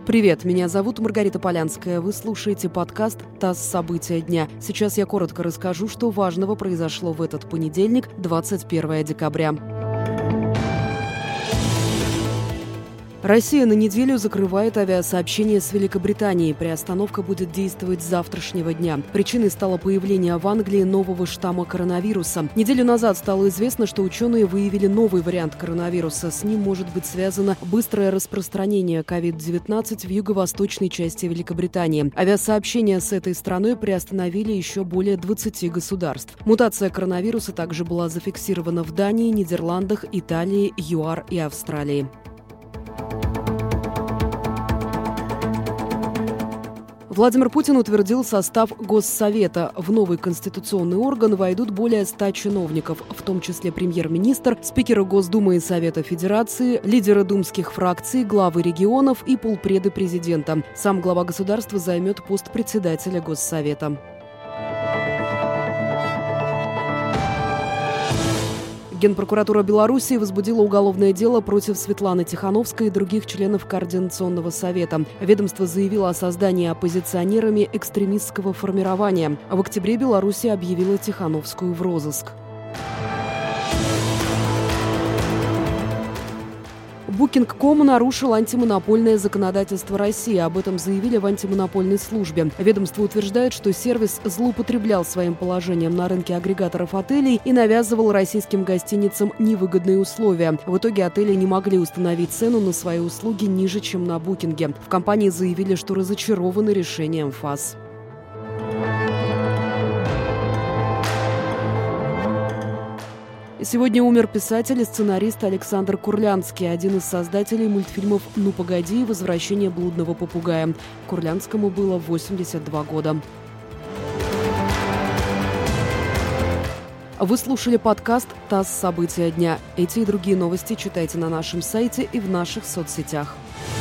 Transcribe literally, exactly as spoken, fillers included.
Привет, меня зовут Маргарита Полянская. Вы слушаете подкаст «ТАСС. События дня». Сейчас я коротко расскажу, что важного произошло в этот понедельник, двадцать первое декабря. Россия на неделю закрывает авиасообщение с Великобританией. Приостановка будет действовать с завтрашнего дня. Причиной стало появление в Англии нового штамма коронавируса. Неделю назад стало известно, что ученые выявили новый вариант коронавируса. С ним может быть связано быстрое распространение ковид девятнадцать в юго-восточной части Великобритании. Авиасообщение с этой страной приостановили еще более двадцати государств. Мутация коронавируса также была зафиксирована в Дании, Нидерландах, Италии, ЮАР и Австралии. Владимир Путин утвердил состав Госсовета. В новый конституционный орган войдут более ста чиновников, в том числе премьер-министр, спикеры Госдумы и Совета Федерации, лидеры думских фракций, главы регионов и полпреды президента. Сам глава государства займет пост председателя Госсовета. Генпрокуратура Беларуси возбудила уголовное дело против Светланы Тихановской и других членов Координационного совета. Ведомство заявило о создании оппозиционерами экстремистского формирования. В октябре Беларусь объявила Тихановскую в розыск. Booking точка ком нарушил антимонопольное законодательство России. Об этом заявили в антимонопольной службе. Ведомство утверждает, что сервис злоупотреблял своим положением на рынке агрегаторов отелей и навязывал российским гостиницам невыгодные условия. В итоге отели не могли установить цену на свои услуги ниже, чем на Букинге. В компании заявили, что разочарованы решением ФАС. Сегодня умер писатель и сценарист Александр Курлянский, один из создателей мультфильмов «Ну, погоди» и «Возвращение блудного попугая». Курлянскому было восемьдесят два года. Вы слушали подкаст «ТАСС. События дня». Эти и другие новости читайте на нашем сайте и в наших соцсетях.